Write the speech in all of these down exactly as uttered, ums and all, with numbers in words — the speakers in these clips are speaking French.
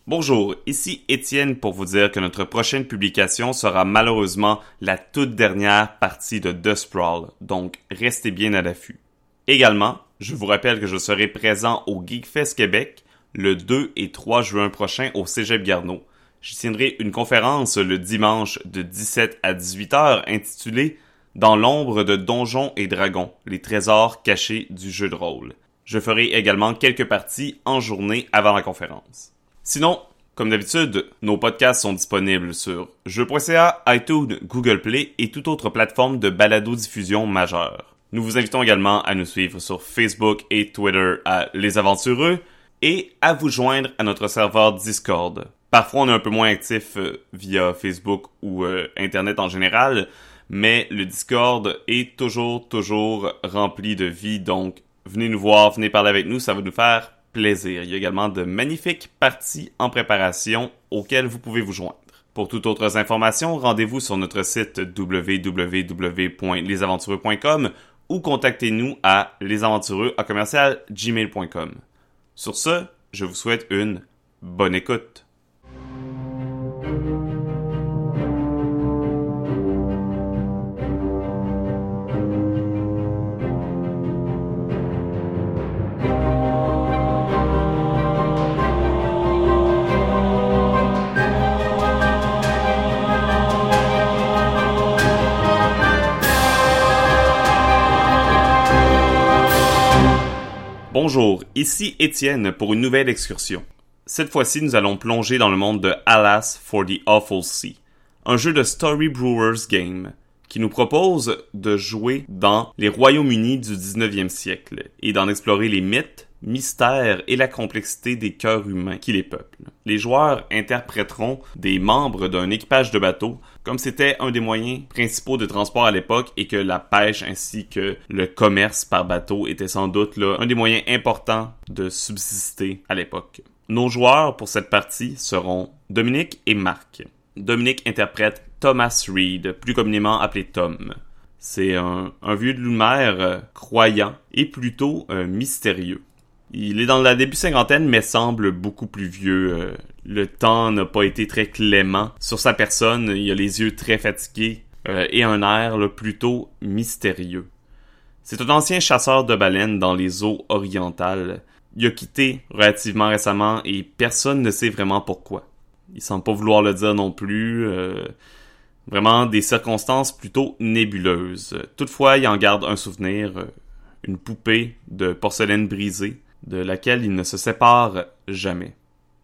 Bonjour, ici Étienne pour vous dire que notre prochaine publication sera malheureusement la toute dernière partie de The Sprawl, donc restez bien à l'affût. Également, je vous rappelle que je serai présent au Geekfest Québec le deux et trois juin prochain au Cégep Garneau. J'y tiendrai une conférence le dimanche de dix-sept à dix-huit heures intitulée « Dans l'ombre de Donjons et Dragons, les trésors cachés du jeu de rôle ». Je ferai également quelques parties en journée avant la conférence. Sinon, comme d'habitude, nos podcasts sont disponibles sur jeux point c a, iTunes, Google Play et toute autre plateforme de balado-diffusion majeure. Nous vous invitons également à nous suivre sur Facebook et Twitter à Les Aventureux et à vous joindre à notre serveur Discord. Parfois, on est un peu moins actif euh, via Facebook ou euh, Internet en général, mais le Discord est toujours, toujours rempli de vie, donc venez nous voir, venez parler avec nous, ça va nous faire plaisir. Il y a également de magnifiques parties en préparation auxquelles vous pouvez vous joindre. Pour toutes autres informations, rendez-vous sur notre site w w w point les aventureux point com ou contactez-nous à lesaventureux à commercial gmail point com. Sur ce, je vous souhaite une bonne écoute. Bonjour, ici Étienne pour une nouvelle excursion. Cette fois-ci, nous allons plonger dans le monde de Alas for the Awful Sea, un jeu de Story Brewers Game qui nous propose de jouer dans les Royaumes-Unis du dix-neuvième siècle et d'en explorer les mythes, mystères et la complexité des cœurs humains qui les peuplent. Les joueurs interpréteront des membres d'un équipage de bateau, comme c'était un des moyens principaux de transport à l'époque et que la pêche ainsi que le commerce par bateau était sans doute là, un des moyens importants de subsister à l'époque. Nos joueurs pour cette partie seront Dominique et Marc. Dominique interprète Thomas Reed, plus communément appelé Tom. C'est un, un vieux de Loup-mer euh, croyant et plutôt euh, mystérieux. Il est dans la début cinquantaine, mais semble beaucoup plus vieux. Euh, le temps n'a pas été très clément sur sa personne. Il a les yeux très fatigués euh, et un air là, plutôt mystérieux. C'est un ancien chasseur de baleines dans les eaux orientales. Il a quitté relativement récemment et personne ne sait vraiment pourquoi. Il semble pas vouloir le dire non plus. Euh, vraiment des circonstances plutôt nébuleuses. Toutefois, il en garde un souvenir, euh, une poupée de porcelaine brisée, de laquelle il ne se sépare jamais.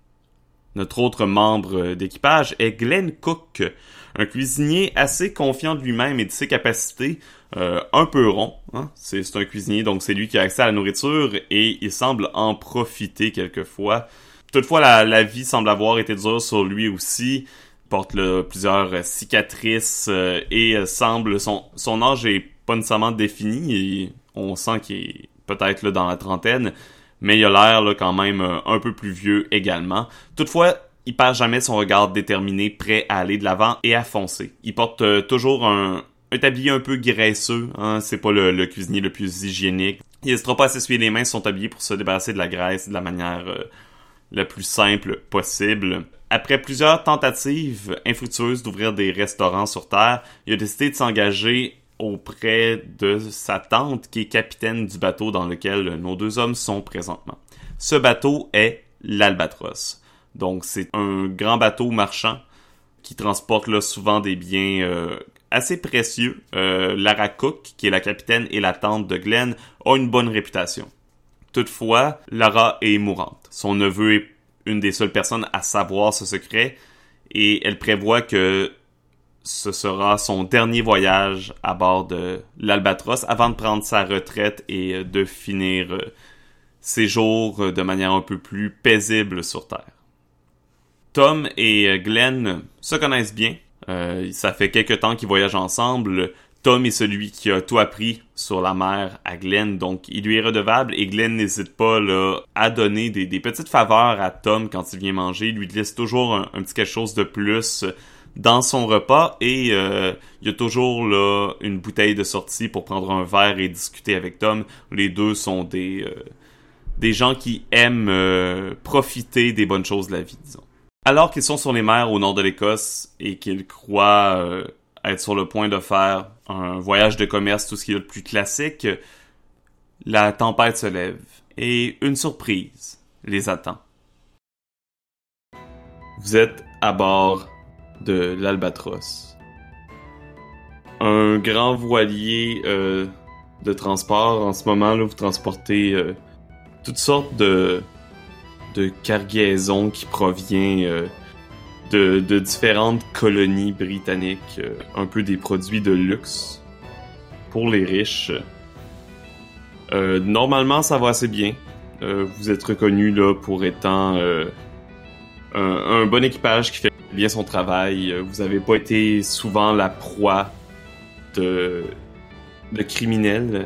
Notre autre membre d'équipage est Glenn Cook, un cuisinier assez confiant de lui-même et de ses capacités, euh, un peu rond. Hein? C'est, c'est un cuisinier, donc c'est lui qui a accès à la nourriture et il semble en profiter quelquefois. Toutefois, la, la vie semble avoir été dure sur lui aussi. Il porte là, plusieurs cicatrices euh, et euh, semble son, son âge est pas nécessairement défini. Et on sent qu'il est peut-être là, dans la trentaine. Mais il a l'air là, quand même euh, un peu plus vieux également. Toutefois, il perd jamais son regard déterminé, prêt à aller de l'avant et à foncer. Il porte euh, toujours un, un tablier un peu graisseux, hein, c'est pas le, le cuisinier le plus hygiénique. Il n'hésitera pas à s'essuyer les mains sur son tablier pour se débarrasser de la graisse de la manière euh, la plus simple possible. Après plusieurs tentatives infructueuses d'ouvrir des restaurants sur Terre, il a décidé de s'engager auprès de sa tante qui est capitaine du bateau dans lequel nos deux hommes sont présentement. Ce bateau est l'Albatros. Donc c'est un grand bateau marchand qui transporte là souvent des biens euh, assez précieux. Euh, Lara Cook, qui est la capitaine et la tante de Glenn, a une bonne réputation. Toutefois, Lara est mourante. Son neveu est une des seules personnes à savoir ce secret et elle prévoit que ce sera son dernier voyage à bord de l'Albatros avant de prendre sa retraite et de finir ses jours de manière un peu plus paisible sur Terre. Tom et Glenn se connaissent bien. Euh, ça fait quelque temps qu'ils voyagent ensemble. Tom est celui qui a tout appris sur la mer à Glenn, donc il lui est redevable et Glenn n'hésite pas là, à donner des, des petites faveurs à Tom quand il vient manger. Il lui laisse toujours un, un petit quelque chose de plus dans son repas et euh, il y a toujours là une bouteille de sortie pour prendre un verre et discuter avec Tom. Les deux sont des, euh, des gens qui aiment euh, profiter des bonnes choses de la vie, disons. Alors qu'ils sont sur les mers au nord de l'Écosse et qu'ils croient euh, être sur le point de faire un voyage de commerce, tout ce qui est le plus classique, la tempête se lève et une surprise les attend. Vous êtes à bord de l'Albatros. Un grand voilier euh, de transport. En ce moment, là, vous transportez euh, toutes sortes de, de cargaisons qui proviennent euh, de, de différentes colonies britanniques. Euh, un peu des produits de luxe pour les riches. Euh, normalement, ça va assez bien. Euh, vous êtes reconnu là pour étant euh, un, un bon équipage qui fait bien son travail. Vous avez pas été souvent la proie de, de criminels.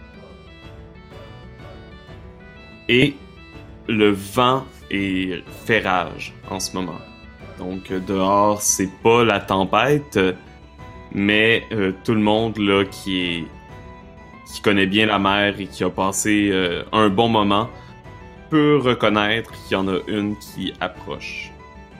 Et le vent est fait rage en ce moment. Donc dehors, c'est pas la tempête, mais euh, tout le monde là qui est qui connaît bien la mer et qui a passé euh, un bon moment peut reconnaître qu'il y en a une qui approche.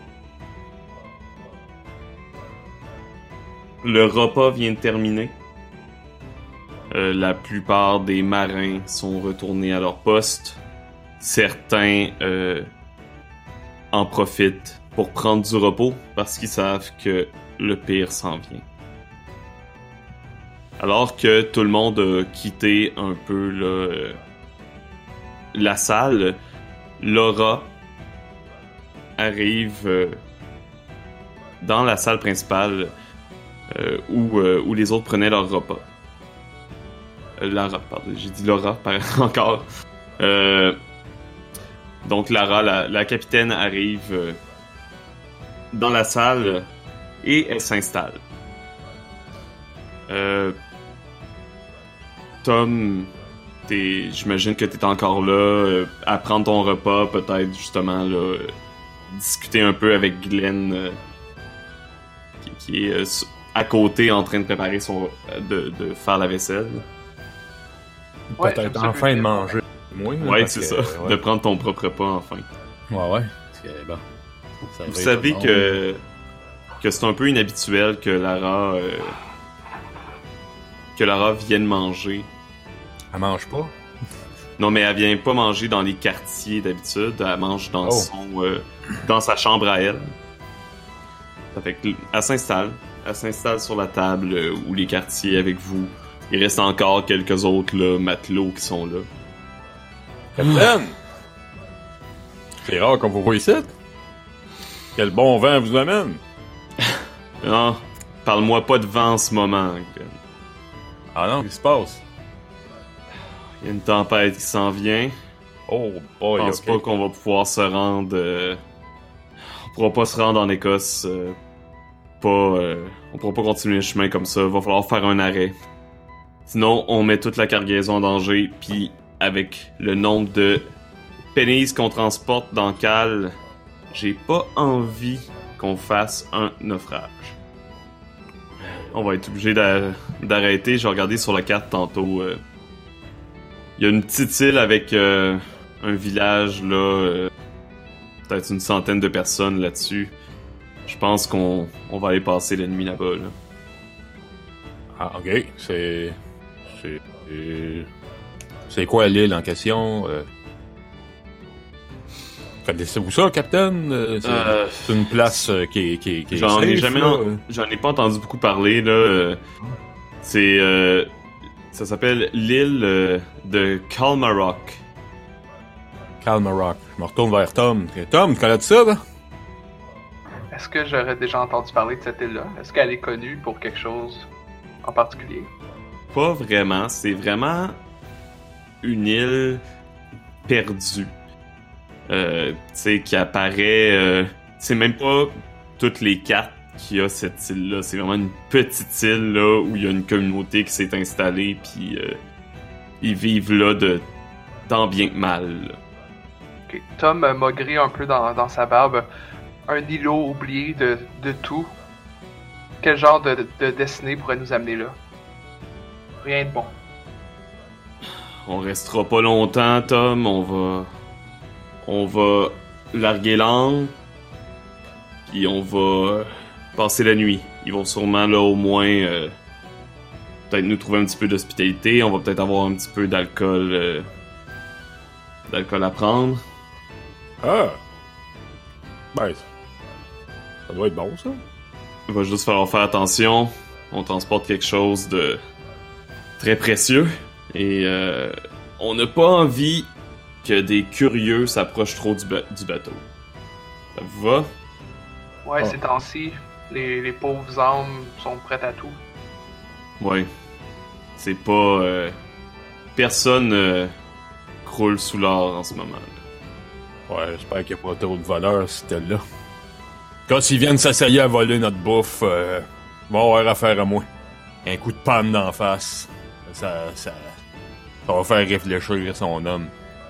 Le repas vient de terminer. Euh, la plupart des marins sont retournés à leur poste. Certains euh, en profitent pour prendre du repos parce qu'ils savent que le pire s'en vient. Alors que tout le monde a quitté un peu là, euh, la salle, Laura arrive euh, dans la salle principale euh, où, euh, où les autres prenaient leur repas. Euh, Lara, pardon, j'ai dit Laura encore. Euh, donc Lara, la, la capitaine, arrive euh, dans la salle et elle s'installe. Euh, Tom, t'es, j'imagine que t'es encore là euh, à prendre ton repas, peut-être justement là, euh, discuter un peu avec Glenn euh, qui, qui est euh, à côté en train de préparer son de, de faire la vaisselle. Ouais, peut-être enfin de manger. Moi, ouais, c'est que, ça, ouais. De prendre ton propre repas enfin. Ouais, ouais. Parce que, bon, vous savez que que c'est un peu inhabituel que Lara euh, que Lara vienne manger. Elle mange pas? Non, mais elle vient pas manger dans les quartiers d'habitude. Elle mange dans oh. son euh, dans sa chambre à elle. Ça fait qu'elle s'installe. Elle s'installe sur la table euh, ou les quartiers avec vous. Il reste encore quelques autres là, matelots qui sont là. Capitaine! C'est rare qu'on vous voit ici. Quel bon vent vous amène? Non, parle-moi pas de vent en ce moment. Glenn. Ah non, qu'est-ce qui se passe? Il y a une tempête qui s'en vient. Oh boy, Je pense okay. pas qu'on va pouvoir se rendre... Euh... On pourra pas se rendre en Écosse. Euh... Pas... Euh... On pourra pas continuer le chemin comme ça. Va falloir faire un arrêt. Sinon, on met toute la cargaison en danger, puis avec le nombre de pennies qu'on transporte dans Cal, j'ai pas envie qu'on fasse un naufrage. On va être obligé d'a- d'arrêter. J'ai regardé sur la carte tantôt. Il euh, y a une petite île avec euh, un village, là, euh, peut-être une centaine de personnes là-dessus. Je pense qu'on on va aller passer la nuit là-bas. Là. Ah, ok. C'est... C'est... C'est quoi l'île en question? Euh... Connaissez-vous ça, Capitaine? Euh, c'est, euh, c'est une place euh, qui est, qui est, qui est j'en safe, ai jamais, là. en... j'en ai pas entendu beaucoup parler là. Euh, c'est, euh, ça s'appelle l'île euh, de Kalmarock. Kalmarock. Je me retourne vers Tom. Tom, tu connais ça, là? Est-ce que j'aurais déjà entendu parler de cette île-là? Est-ce qu'elle est connue pour quelque chose en particulier? Pas vraiment. C'est vraiment une île perdue. Euh, tu sais, qui apparaît... Euh, c'est même pas toutes les cartes qu'il y a cette île-là. C'est vraiment une petite île, là, où il y a une communauté qui s'est installée, puis euh, ils vivent là de tant bien que mal. Là. Okay. Tom m'a gris un peu dans, dans sa barbe. Un îlot oublié de, de tout. Quel genre de, de destinée pourrait nous amener là? Rien de bon. On restera pas longtemps, Tom. On va... On va larguer l'angle. Puis on va euh, passer la nuit. Ils vont sûrement, là, au moins, euh, peut-être nous trouver un petit peu d'hospitalité. On va peut-être avoir un petit peu d'alcool, euh, d'alcool à prendre. Ah! Ben, ça doit être bon, ça. Il va juste falloir faire attention. On transporte quelque chose de très précieux. Et euh, on n'a pas envie que des curieux s'approchent trop du, ba- du bateau. Ça vous va? Ouais, Ah. ces temps-ci, les, les pauvres âmes sont prêtes à tout. Ouais. C'est pas... Euh, personne euh, croule sous l'or en ce moment. Là. Ouais, j'espère qu'il n'y a pas trop de voleurs, c'était là. Quand ils viennent s'essayer à voler notre bouffe, euh, ils vont avoir affaire à moi. Un coup de panne d'en face. Ça, ça, ça va faire réfléchir son homme.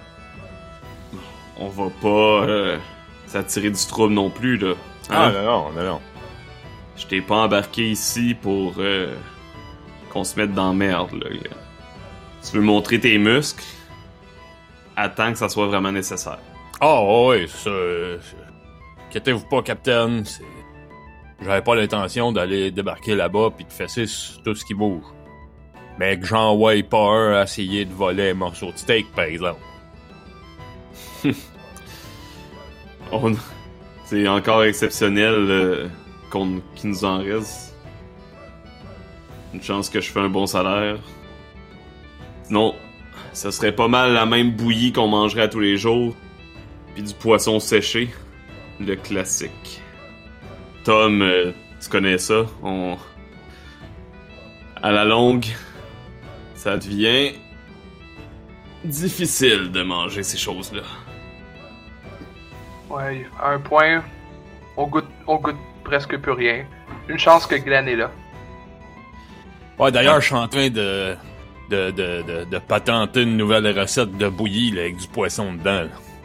On va pas euh, s'attirer du trouble non plus, là. Ah Hein? non, non, non, non. Je t'ai pas embarqué ici pour euh, qu'on se mette dans la merde, là. Gars. Tu veux montrer tes muscles? Attends que ça soit vraiment nécessaire. Ah ouais, ça... euh, Inquiétez-vous pas, Capitaine. C'est... J'avais pas l'intention d'aller débarquer là-bas pis de fesser sur tout ce qui bouge. Mais que j'en voie pas un essayer de voler un morceau de steak, par exemple. On... C'est encore exceptionnel euh, qu'on... qu'il nous en reste. Une chance que je fais un bon salaire. Sinon, ça serait pas mal la même bouillie qu'on mangerait à tous les jours. Puis du poisson séché. Le classique. Tom, euh, tu connais ça. On... À la longue, ça devient difficile de manger ces choses-là. Ouais, à un point, on goûte, on goûte presque plus rien. Une chance que Glenn est là. Ouais, d'ailleurs, je suis en train de... De, de, de, de patenter une nouvelle recette de bouillie là, avec du poisson dedans. Là.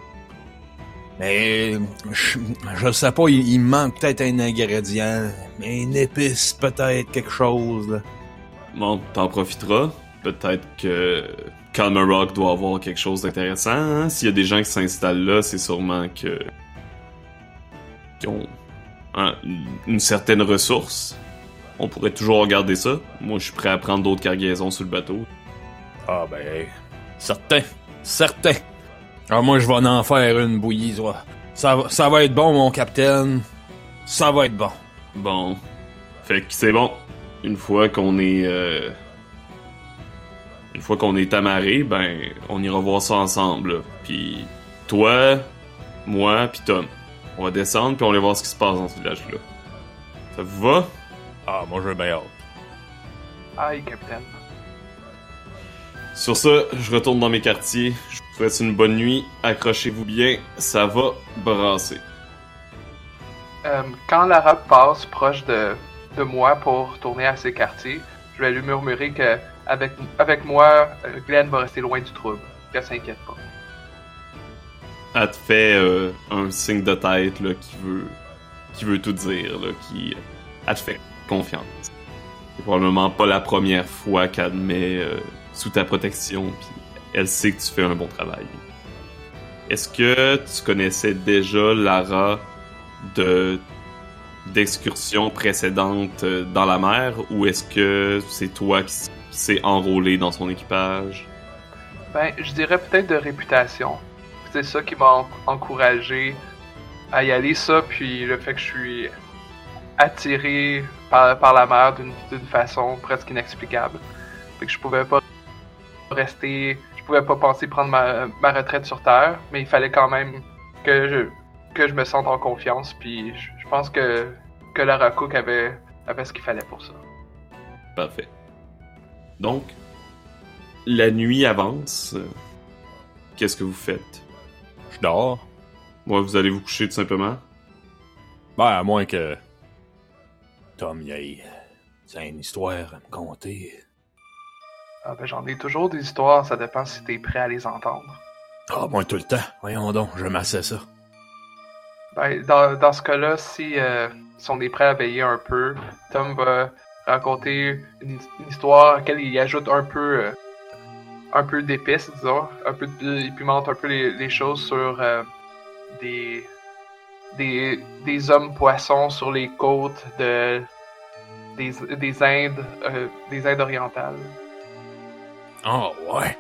Mais je, je sais pas, il, il manque peut-être un ingrédient, mais une épice peut-être, quelque chose. Là. Bon, t'en profiteras. Peut-être que Calmarock doit avoir quelque chose d'intéressant. Hein? S'il y a des gens qui s'installent là, c'est sûrement que... qu'ils ont hein, une certaine ressource. On pourrait toujours regarder ça. Moi, je suis prêt à prendre d'autres cargaisons sur le bateau. Ah ben, certain, certain. Ah, moi, je vais en faire une bouillie. Ça, va- ça va être bon, mon capitaine. Ça va être bon. Bon. Fait que c'est bon. Une fois qu'on est... Euh... Une fois qu'on est amarré, ben, on ira voir ça ensemble. Là. Puis toi, moi, puis Tom. On va descendre, puis on va aller voir ce qui se passe dans ce village-là. Ça vous va? Ah, moi, je veux bien hâte. Aïe, capitaine. Sur ça, je retourne dans mes quartiers. Je vous souhaite une bonne nuit. Accrochez-vous bien, ça va brasser. Euh, quand Lara passe proche de, de moi pour tourner à ses quartiers, je vais lui murmurer que avec, avec moi, euh, Glenn va rester loin du trouble. Qu'elle s'inquiète pas. Elle te fait euh, un signe de tête là, qui veut qui veut tout dire, là, qui elle te fait confiance. C'est probablement pas la première fois qu'elle te met euh, sous ta protection, puis elle sait que tu fais un bon travail. Est-ce que tu connaissais déjà Lara de d'excursions précédentes euh, dans la mer, ou est-ce que c'est toi qui, s- qui s'est enrôlé dans son équipage? Ben, je dirais peut-être de réputation. C'est ça qui m'a en- encouragé à y aller, ça, puis le fait que je suis attiré par, par la mer d'une d'une façon presque inexplicable. Fait que je pouvais pas rester, je pouvais pas penser prendre ma, ma retraite sur Terre, mais il fallait quand même que je, que je me sente en confiance, puis je, je pense que, que Lara Cook avait, avait ce qu'il fallait pour ça. Parfait. Donc, la nuit avance. Euh, Qu'est-ce que vous faites? Je dors. Moi, vous allez vous coucher tout simplement? Ben, à moins que... Tom, y ait... C'est une histoire à me conter. Ah ben, j'en ai toujours des histoires, ça dépend si t'es prêt à les entendre. Ah, moi, tout le temps. Voyons donc, je m'assais ça. Ben, dans, dans ce cas-là, si, euh, si on est prêt à veiller un peu, Tom va raconter une, une histoire à laquelle il ajoute un peu, euh, un peu d'épices, disons, un peu de, il pimente un peu les, les choses sur euh, des, des, des hommes poissons sur les côtes de des, des Indes euh, des Indes orientales. Oh, ouais.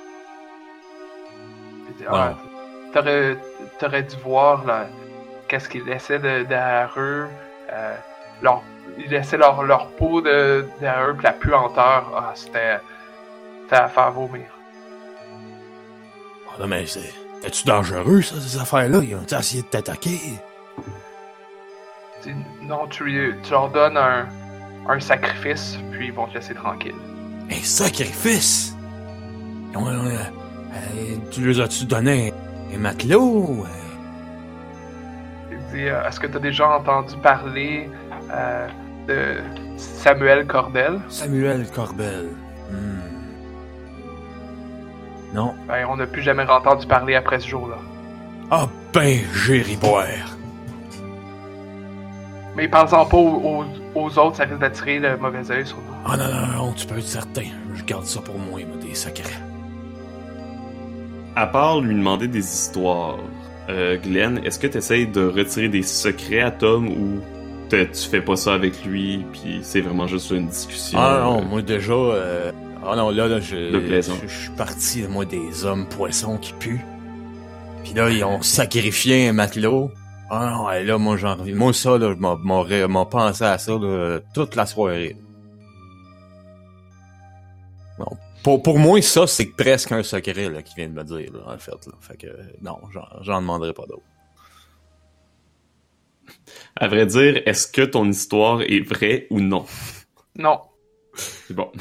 Puis, ah, t'aurais, t'aurais dû voir là, qu'est-ce qu'ils laissaient de, derrière eux. Euh, leur, ils laissaient leur, leur peau de, derrière eux, puis la puanteur. Ah, c'était, c'était à faire vomir. Oh, non, mais c'est... Es-tu dangereux, ça, ces affaires-là? Ils ont essayé de t'attaquer? T'sais, non, tu, tu leur donnes un, un sacrifice, puis ils vont te laisser tranquille. Un sacrifice? Ouais, ouais, euh, tu les as-tu donné un, un matelot? Il dit, euh, est-ce que tu as déjà entendu parler euh, de Samuel Cordel? Samuel Corbel. Hmm. Non. Ben, on n'a plus jamais entendu parler après ce jour-là. Ah ben, j'ai ri boire. Mais parle-en pas aux, aux, aux autres, ça risque d'attirer le mauvais œil sur nous. Ah non, non, non, tu peux être certain. Je garde ça pour moi, moi, des secrets. À part lui demander des histoires, euh, Glenn, est-ce que tu essaies de retirer des secrets à Tom ou tu fais pas ça avec lui, puis c'est vraiment juste une discussion? Ah non, euh, moi déjà... Euh... Ah non, là, là, je... De plaisant. Je suis parti, moi, des hommes poissons qui puent. Puis là, ils ont sacrifié un matelot. Ah non, et là, moi, j'en reviens. Moi, ça, là, je m'en- m'aurais m'en pensé à ça, là, toute la soirée. Non. Pour, pour moi, ça, c'est presque un secret, là, qu'il vient de me dire, là, en fait, là. Fait que, non, j'en, j'en demanderai pas d'autres. À vrai dire, est-ce que ton histoire est vraie ou non? Non. C'est bon.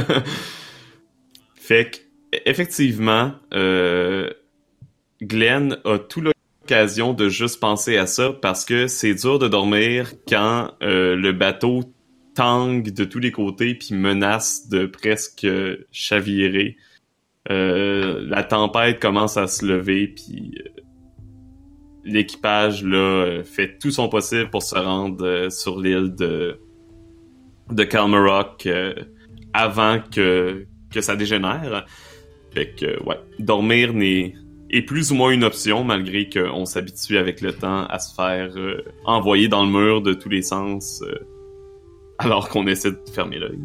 Fait que, effectivement, euh, Glenn a tout l'occasion de juste penser à ça parce que c'est dur de dormir quand euh, le bateau tangue de tous les côtés puis menace de presque chavirer. Euh, la tempête commence à se lever puis euh, l'équipage là euh, fait tout son possible pour se rendre euh, sur l'île de de Calmarock euh, avant que que ça dégénère. Fait que ouais, dormir n'est est plus ou moins une option malgré qu'on s'habitue avec le temps à se faire euh, envoyer dans le mur de tous les sens euh, alors qu'on essaie de fermer l'œil.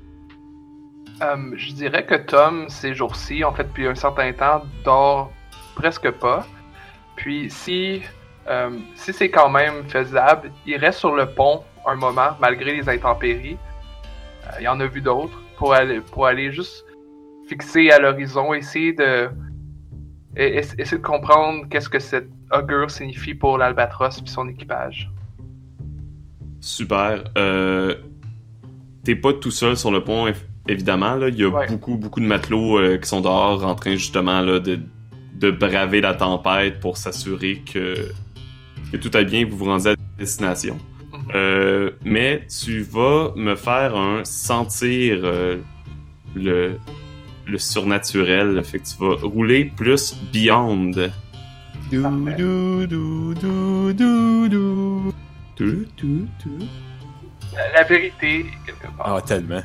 Euh, je dirais que Tom, ces jours-ci, en fait, depuis un certain temps, dort presque pas. Puis si, euh, si c'est quand même faisable, il reste sur le pont un moment, malgré les intempéries. Euh, il y en a vu d'autres, pour aller, pour aller juste fixer à l'horizon, essayer de, et- essayer de comprendre qu'est-ce que cette augure signifie pour l'Albatros et son équipage. Super. Euh, t'es pas tout seul sur le pont, év- évidemment. Là. Il y a Ouais. beaucoup, beaucoup de matelots euh, qui sont dehors en train justement là, de, de braver la tempête pour s'assurer que, que tout va bien et que vous vous rendez à destination. Mhm. Euh, mais tu vas me faire un sentir euh, le, le surnaturel. Fait que tu vas rouler plus Beyond. Dou, Parfait. dou, dou, dou, dou, dou. Tu, tu, tu. La, la vérité, quelque part. Ah, tellement.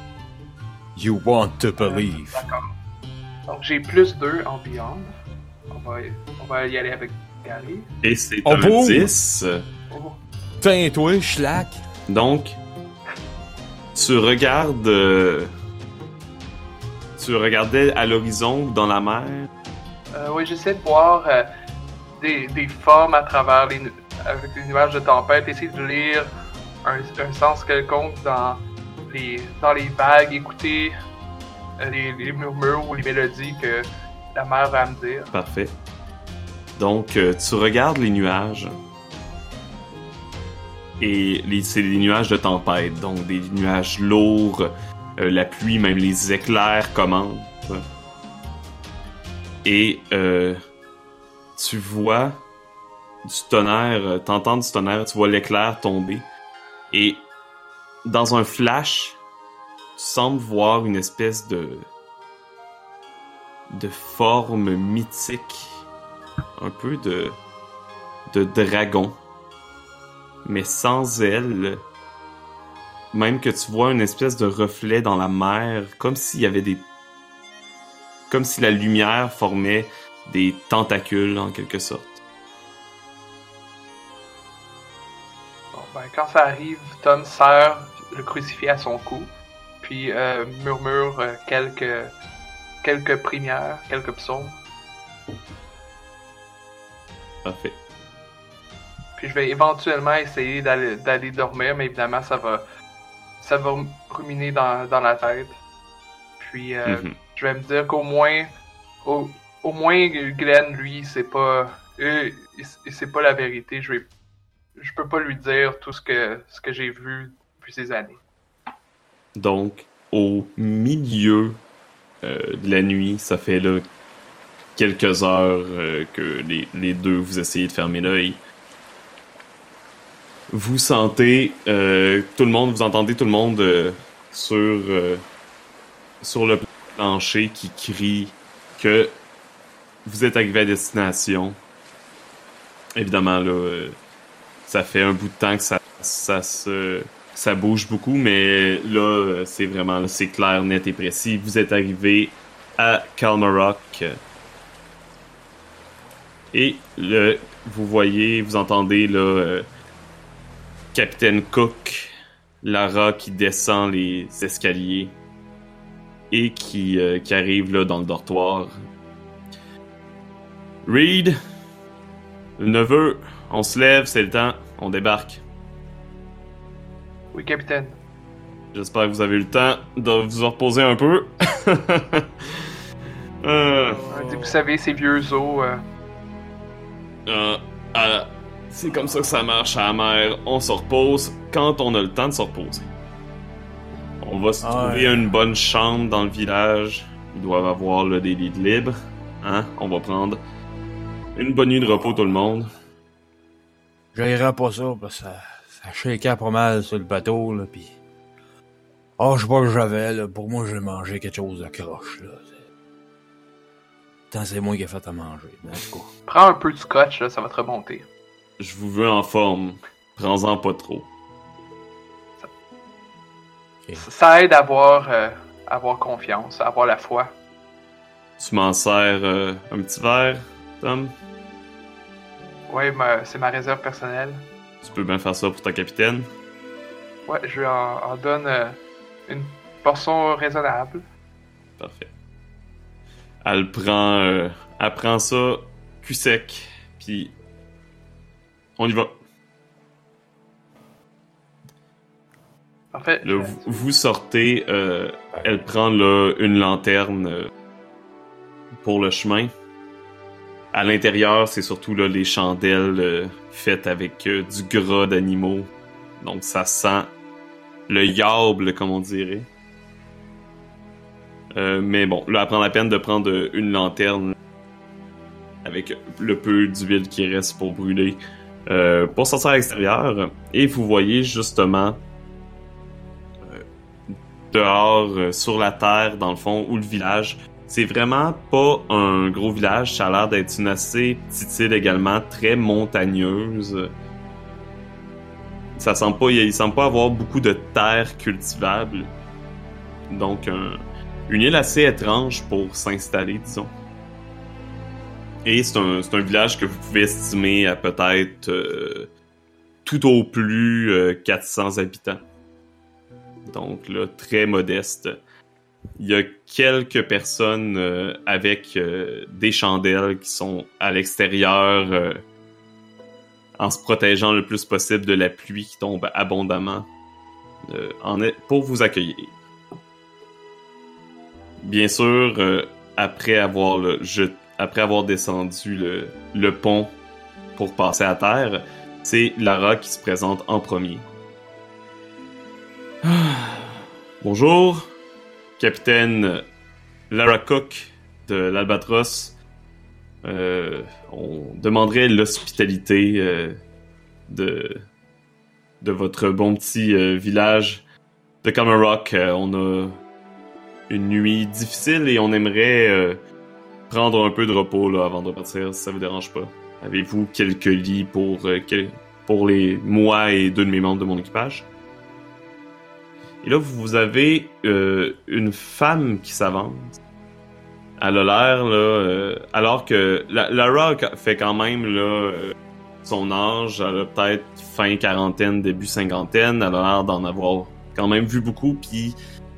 You want to believe. D'accord. Donc j'ai plus deux en Beyond. On va, on va y aller avec Gary. Et c'est Oh, un boum! dix. Oh. Tiens, toi, schlack. Donc, tu regardes... euh, tu regardais à l'horizon ou dans la mer. Euh, oui, j'essaie de voir euh, des, des formes à travers les nu- avec les nuages de tempête, essayer de lire un, un sens quelconque dans les, dans les vagues, écouter euh, les, les murmures ou les mélodies que la mer va me dire. Parfait. Donc, euh, tu regardes les nuages. Et les, c'est des nuages de tempête. Donc, des nuages lourds. euh, la pluie, même les éclairs commencent. Et euh, tu vois du tonnerre, euh, t'entends du tonnerre, tu vois l'éclair tomber. Et dans un flash, tu sembles voir une espèce de de forme mythique, un peu de de dragon, mais sans ailes. Même que tu vois une espèce de reflet dans la mer, comme s'il y avait des comme si la lumière formait des tentacules en quelque sorte. Bon, ben, quand ça arrive, Tom serre le crucifix à son cou, puis euh, murmure euh, quelques, quelques prières, quelques psaumes. Parfait. Puis je vais éventuellement essayer d'aller, d'aller dormir, mais évidemment, ça va, ça va ruminer dans, dans la tête. Puis euh, mm-hmm. je vais me dire qu'au moins, au, au moins Glenn, lui, c'est pas, euh, c'est pas la vérité. Je vais, je peux pas lui dire tout ce que, ce que j'ai vu depuis ces années. Donc, au milieu euh, de la nuit, ça fait là quelques heures euh, que les, les deux vous essayez de fermer l'œil. Vous sentez euh, tout le monde, vous entendez tout le monde euh, sur euh, sur le plancher qui crie que vous êtes arrivé à destination. Évidemment, là, euh, ça fait un bout de temps que ça, ça se ça bouge beaucoup, mais là, c'est vraiment, là, c'est clair, net et précis. Vous êtes arrivé à Calmarock. Et le, vous voyez, vous entendez là, euh, Capitaine Cook, Lara qui descend les escaliers et qui, euh, qui arrive là dans le dortoir. Reed, le neveu, on se lève, c'est le temps, on débarque. Oui, capitaine. J'espère que vous avez eu le temps de vous reposer un peu. euh... Vous savez, ces vieux os... Euh... Euh, euh, c'est comme ça que ça marche à la mer. On se repose quand on a le temps de se reposer. On va se ah, trouver ouais. une bonne chambre dans le village. Ils doivent avoir là, des lits libres. Hein? On va prendre une bonne nuit de repos tout le monde. J'irai pas ça parce que ça, ça shakeait pas mal sur le bateau là, pis... Ah, oh, je sais pas que j'avais là. Pour moi, j'ai mangé quelque chose de croche là. Tant c'est moi qui ai fait à manger. Mais en tout cas. Prends un peu de scotch, là, ça va te remonter. Je vous veux en forme. Prends-en pas trop. Ça, okay. ça aide à avoir, euh, à avoir confiance, à avoir la foi. Tu m'en sers euh, un petit verre, Tom? Ouais, ma, c'est ma réserve personnelle. Tu peux bien faire ça pour ta capitaine? Ouais, je lui en, en donne euh, une portion raisonnable. Parfait. Elle prend, euh, elle prend ça cul sec, puis on y va. En fait, là, vous, vous sortez, euh, elle prend là une lanterne euh, pour le chemin. À l'intérieur, c'est surtout là les chandelles euh, faites avec euh, du gras d'animaux, donc ça sent le yable, comme on dirait. Euh, mais bon, là, elle prend la peine de prendre une lanterne avec le peu d'huile qui reste pour brûler euh, pour sortir à l'extérieur. Et vous voyez justement euh, dehors, euh, sur la terre, dans le fond, où le village. C'est vraiment pas un gros village. Ça a l'air d'être une assez petite île également, très montagneuse. Ça semble pas, il semble pas avoir beaucoup de terre cultivable. Donc, un... une île assez étrange pour s'installer, disons. Et c'est un, c'est un village que vous pouvez estimer à peut-être euh, tout au plus euh, quatre cents habitants. Donc là, très modeste. Il y a quelques personnes euh, avec euh, des chandelles qui sont à l'extérieur euh, en se protégeant le plus possible de la pluie qui tombe abondamment euh, en, pour vous accueillir. Bien sûr, euh, après avoir le, je, après avoir descendu le, le pont pour passer à terre, c'est Lara qui se présente en premier. Ah. Bonjour, capitaine Lara Cook de l'Albatros. Euh, on demanderait l'hospitalité euh, de de votre bon petit euh, village de Calmarock. Euh, on a une nuit difficile et on aimerait euh, prendre un peu de repos là, avant de partir, si ça vous dérange pas. Avez-vous quelques lits pour, euh, quel... pour les moi et deux de mes membres de mon équipage? Et là, vous avez euh, une femme qui s'avance. Elle a l'air, là... Euh, alors que... La, Lara fait quand même, là... Euh, son âge, elle a peut-être fin quarantaine, début cinquantaine, elle a l'air d'en avoir quand même vu beaucoup, puis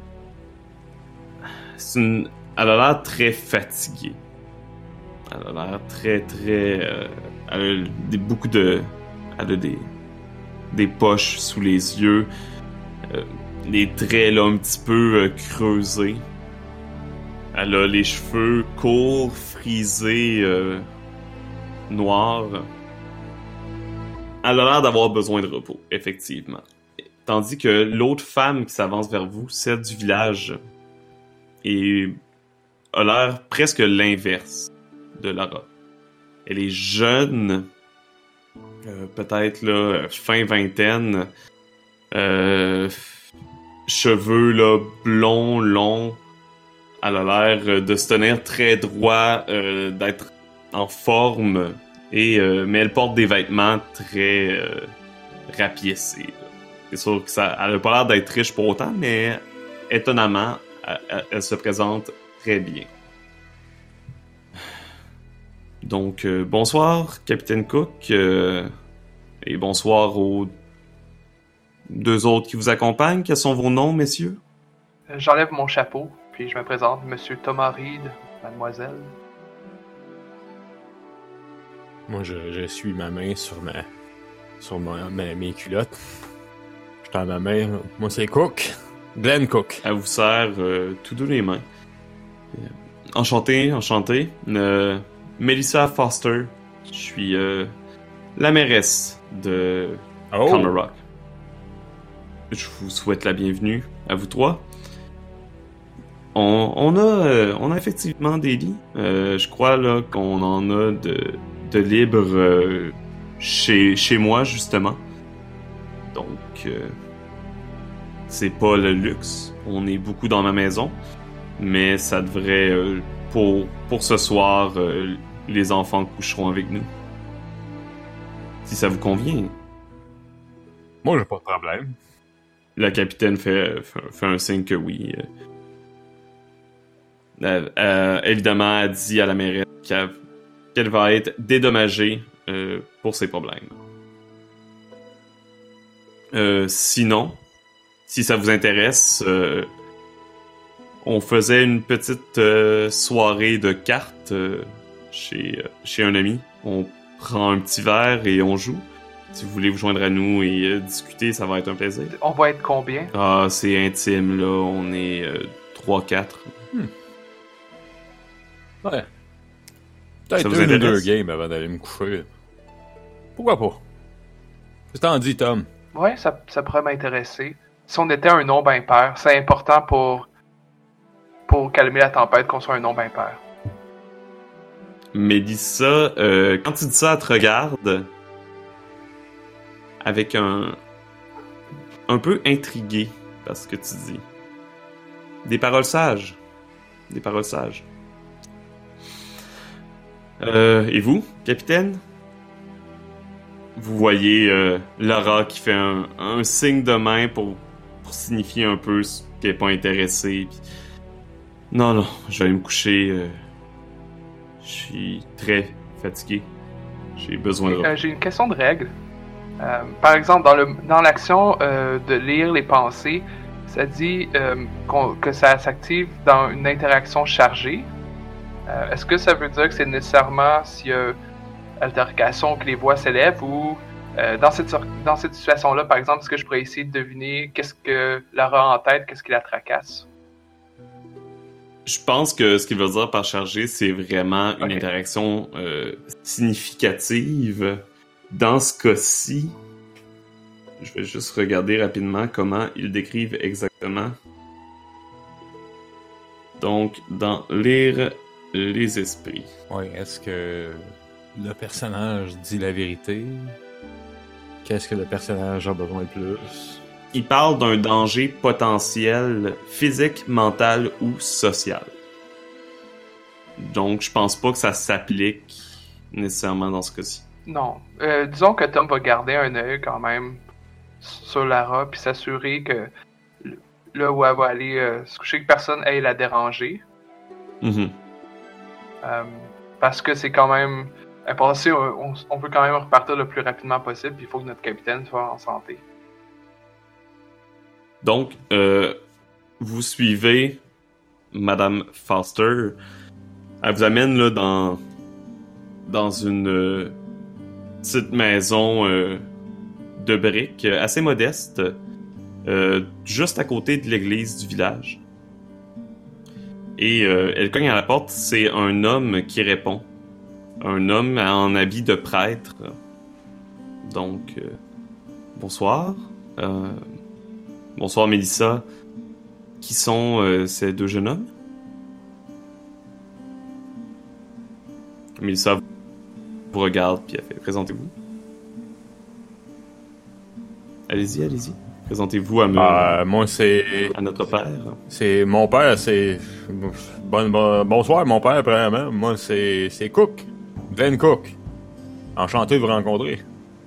c'est une... elle a l'air très fatiguée. Elle a l'air très, très... Euh... Elle a des, beaucoup de... Elle a des... des poches sous les yeux, euh, les traits là un petit peu euh, creusés. Elle a les cheveux courts, frisés, euh, noirs. Elle a l'air d'avoir besoin de repos, effectivement. Tandis que l'autre femme qui s'avance vers vous, celle du village, et a l'air presque l'inverse de Lara. Elle est jeune, euh, peut-être là fin vingtaine, euh, cheveux là blonds, longs. Elle a l'air de se tenir très droit, euh, d'être en forme, et euh, mais elle porte des vêtements très euh, rapiécés. Là. C'est sûr que ça, elle a pas l'air d'être riche pour autant, mais étonnamment, elle, elle se présente très bien. Donc, euh, bonsoir, Capitaine Cook, euh, et bonsoir aux deux autres qui vous accompagnent. Quels sont vos noms, messieurs? J'enlève mon chapeau, puis je me présente, Monsieur Thomas Reed, mademoiselle. Moi, je, je suis ma main sur ma, sur ma, ma, mes culottes. Je tends ma main. Moi, c'est Cook. Glenn Cook. Elle vous serre euh, tous deux les mains. Euh, enchanté, enchanté. Euh, Melissa Foster. Je suis euh, la mairesse de Oh. Comber Rock. Je vous souhaite la bienvenue à vous trois. On, on a, euh, on a effectivement des lits. Euh, je crois là qu'on en a de, de libres euh, chez, chez moi justement. Donc, euh, c'est pas le luxe. On est beaucoup dans ma maison, mais ça devrait euh, pour pour ce soir, euh, les enfants coucheront avec nous. Si ça vous convient. Moi, j'ai pas de problème. La capitaine fait, fait, fait un signe que oui. Euh, euh, évidemment, elle dit à la mairesse qu'elle, qu'elle va être dédommagée euh, pour ses problèmes. Euh, sinon, si ça vous intéresse, euh, on faisait une petite euh, soirée de cartes euh, chez, euh, chez un ami. On prend un petit verre et on joue. Si vous voulez vous joindre à nous et euh, discuter, ça va être un plaisir. On va être combien? Ah, c'est intime, là. On est euh, trois quatre. Hmm. Ouais. Peut-être Ça vous une ou intéresse? deux games avant d'aller me coucher. Pourquoi pas? Qu'est-ce que t'en dis, Tom? Ouais, ça, ça pourrait m'intéresser. Si on était un nombre impair, c'est important pour, pour calmer la tempête qu'on soit un nombre impair. Mélissa, euh, quand tu dis ça, elle te regarde avec un un peu intrigué par ce que tu dis. Des paroles sages. Des paroles sages. Euh, et vous, capitaine? Vous voyez euh, Lara qui fait un, un signe de main pour, pour signifier un peu qu'elle n'est pas intéressée. Puis... Non, non, je vais aller me coucher. Euh... Je suis très fatigué. J'ai besoin de repos. Euh, J'ai une question de règle. Euh, par exemple, dans le dans l'action euh, de lire les pensées, ça dit euh, qu'on, que ça s'active dans une interaction chargée. Euh, est-ce que ça veut dire que c'est nécessairement s'il y a altercation que les voix s'élèvent ou euh, dans cette dans cette situation-là, par exemple, est-ce que je pourrais essayer de deviner qu'est-ce que Lara a en tête, qu'est-ce qui la tracasse? Je pense que ce qu'il veut dire par chargé, c'est vraiment une Okay. interaction euh, significative. Dans ce cas-ci, je vais juste regarder rapidement comment ils décrivent exactement. Donc, dans lire les esprits. Ouais, est-ce que le personnage dit la vérité? Qu'est-ce que le personnage a besoin de plus? Il parle d'un danger potentiel physique, mental ou social. Donc, je pense pas que ça s'applique nécessairement dans ce cas-ci. Non. Euh, disons que Tom va garder un œil quand même sur Lara puis s'assurer que là où elle va aller euh, se coucher, que personne aille la déranger. Mm-hmm. Euh, parce que c'est quand même L'important, c'est on, on veut quand même repartir le plus rapidement possible, puis il faut que notre capitaine soit en santé. Donc, euh, vous suivez Madame Foster. Elle vous amène là dans dans une euh, petite maison euh, de briques euh, assez modeste, euh, juste à côté de l'église du village. Et euh, elle cogne à la porte, c'est un homme qui répond. Un homme en habit de prêtre. Donc, euh, bonsoir. Euh, bonsoir Mélissa. Qui sont euh, ces deux jeunes hommes? Mélissa vous regarde, puis elle fait « Présentez-vous. » Allez-y, allez-y. Présentez-vous à, me, Euh, moi, c'est... à notre père. C'est mon père, c'est... Bon, bon- bonsoir, mon père, premièrement. Moi, c'est... C'est Cook. Glenn Cook. Enchanté de vous rencontrer.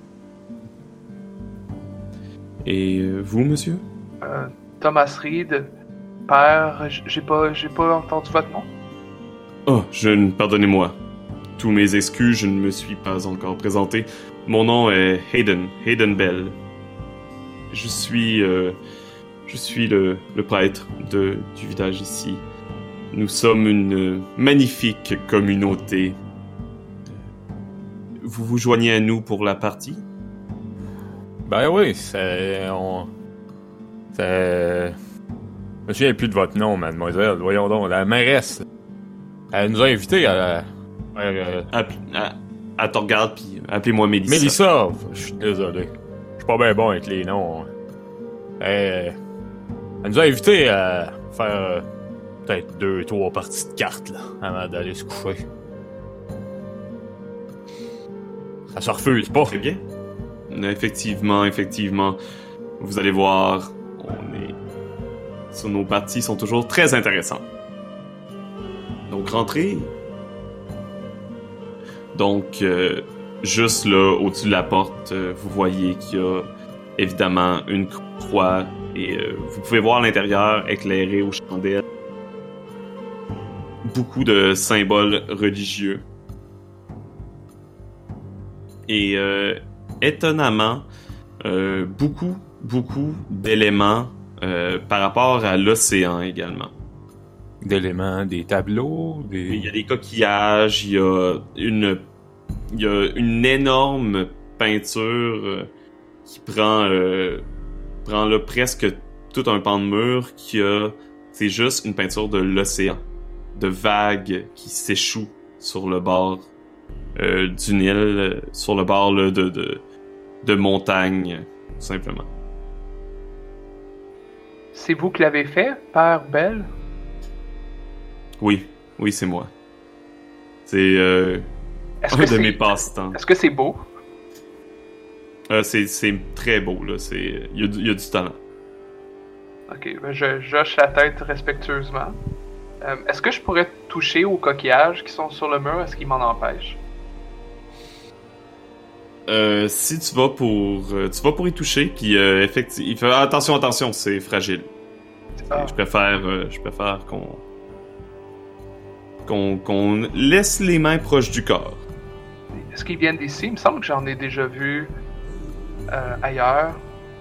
Et euh, vous, monsieur? Euh, Thomas Reed, père, j- j'ai pas, j'ai pas entendu votre nom. Oh, je ne... Pardonnez-moi. Tous mes excuses, je ne me suis pas encore présenté. Mon nom est Hayden, Hayden Bell. Je suis... euh, je suis le, le prêtre de, du village ici. Nous sommes une magnifique communauté. Vous vous joignez à nous pour la partie? Ben oui, c'est... On... C'est... Je me souviens plus de votre nom, mademoiselle. Voyons donc, la mairesse. Elle nous a invités à... Euh, App- à- Elle te regarde, puis appelez-moi Mélissa. Mélissa, je suis désolé. Je suis pas bien bon avec les noms. Elle, elle nous a invités à faire euh, peut-être deux, trois parties de cartes, là, avant d'aller se coucher. Ça se refuse pas. Très bien. Effectivement, effectivement. Vous allez voir, on est... Sur nos parties sont toujours très intéressants. Donc, rentrez. Donc, euh, juste là, au-dessus de la porte, euh, vous voyez qu'il y a évidemment une croix et euh, vous pouvez voir l'intérieur éclairé aux chandelles. Beaucoup de symboles religieux. Et euh, étonnamment, euh, beaucoup, beaucoup d'éléments euh, par rapport à l'océan également. D'éléments, des tableaux, des... Il y a des coquillages, il y a une, il y a une énorme peinture euh, qui prend, euh, prend là presque tout un pan de mur qui a, c'est juste une peinture de l'océan, de vagues qui s'échouent sur le bord euh, du Nil, euh, sur le bord là, de, de, de montagnes, tout simplement. C'est vous qui l'avez fait, père Bell? Oui, oui, c'est moi. C'est euh, Est-ce un que de c'est... mes passe-temps. Est-ce que c'est beau? Euh, c'est, c'est très beau, là. C'est, il y a, du- il y a du talent. Ok, ben je je hoche la tête respectueusement. Euh, est-ce que je pourrais toucher aux coquillages qui sont sur le mur? Est-ce qu'ils m'en empêchent? Euh, si tu vas pour, euh, tu vas pour y toucher, puis euh, effectivement, il fait attention, attention, c'est fragile. Ah, Je préfère, euh, je préfère qu'on, qu'on, qu'on laisse les mains proches du corps. est-ce qu'ils viennent d'ici? Il me semble que j'en ai déjà vu euh, ailleurs.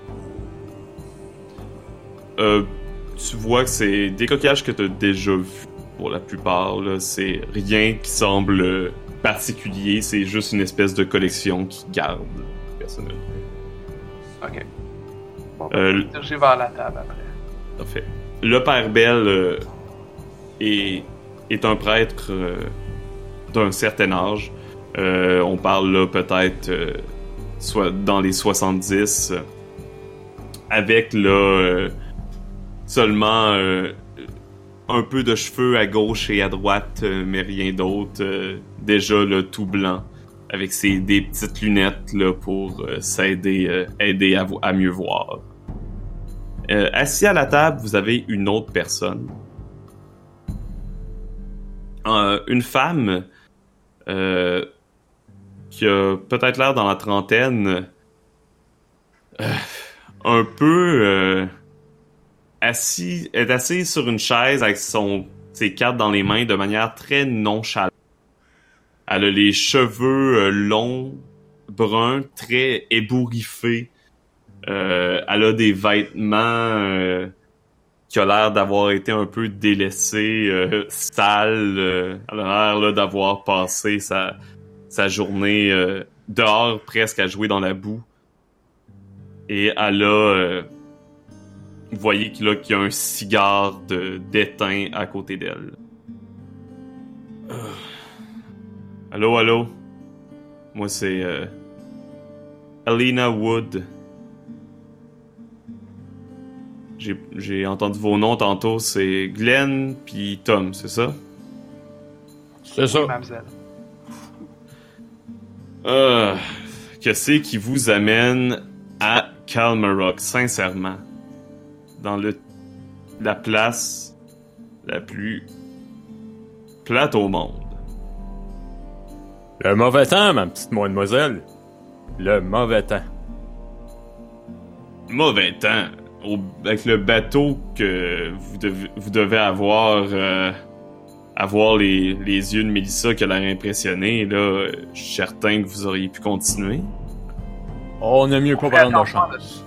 Euh, tu vois que c'est des coquillages que tu as déjà vus pour la plupart. Là, c'est rien qui semble euh, particulier. C'est juste une espèce de collection qui garde personnellement. Ok. Bon, ben, Euh, je vais me diriger vers la table après. Parfait. Le Père Bell euh, est, est un prêtre euh, d'un certain âge. Euh, on parle là peut-être euh, soit dans les soixante-dix, euh, avec là euh, seulement euh, un peu de cheveux à gauche et à droite, euh, mais rien d'autre. Euh, déjà là, tout blanc, avec ses des petites lunettes là pour euh, s'aider euh, aider à, vo- à mieux voir. Euh, assis à la table, vous avez une autre personne. Euh, une femme euh, qui a peut-être l'air dans la trentaine, euh, un peu euh, assis, est assise sur une chaise avec son, ses cartes dans les mains de manière très nonchalante. Elle a les cheveux euh, longs, bruns, très ébouriffés. Euh, elle a des vêtements euh, qui ont l'air d'avoir été un peu délaissés, euh, sales. Euh, elle a l'air là, d'avoir passé sa, sa journée euh, dehors, presque à jouer dans la boue. Et elle a... Euh, vous voyez qu'il, là, qu'il y a un cigare de, d'étain à côté d'elle. Euh... Allô, allô? Moi, c'est... Euh, Alina Wood. J'ai, j'ai entendu vos noms tantôt, c'est Glenn puis Tom, c'est ça? C'est ça. Mademoiselle. Euh, qu'est-ce qui vous amène à Calmarock, sincèrement? Dans le la place la plus plate au monde. Le mauvais temps, ma petite mademoiselle. Le mauvais temps. Mauvais temps? Au, avec le bateau que vous devez, vous devez avoir, euh, avoir les, les yeux de Mélissa qui a l'air impressionné, là, je suis certain que vous auriez pu continuer. Oh, on a mieux pas parler de nos chances.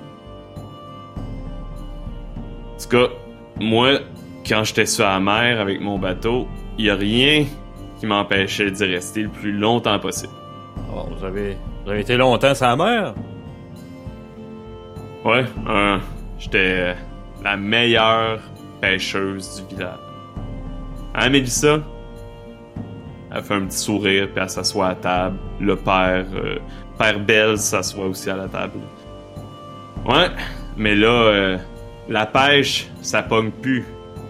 En tout cas, moi, quand j'étais sur la mer avec mon bateau, il y a rien qui m'empêchait d'y rester le plus longtemps possible. Oh, vous avez, vous avez été longtemps sur la mer? Ouais, euh, j'étais la meilleure pêcheuse du village. Hein, Mélissa? Elle fait un petit sourire, puis elle s'assoit à table. Le père, euh, père Belle s'assoit aussi à la table. Ouais, mais là, euh, la pêche, ça pogne plus.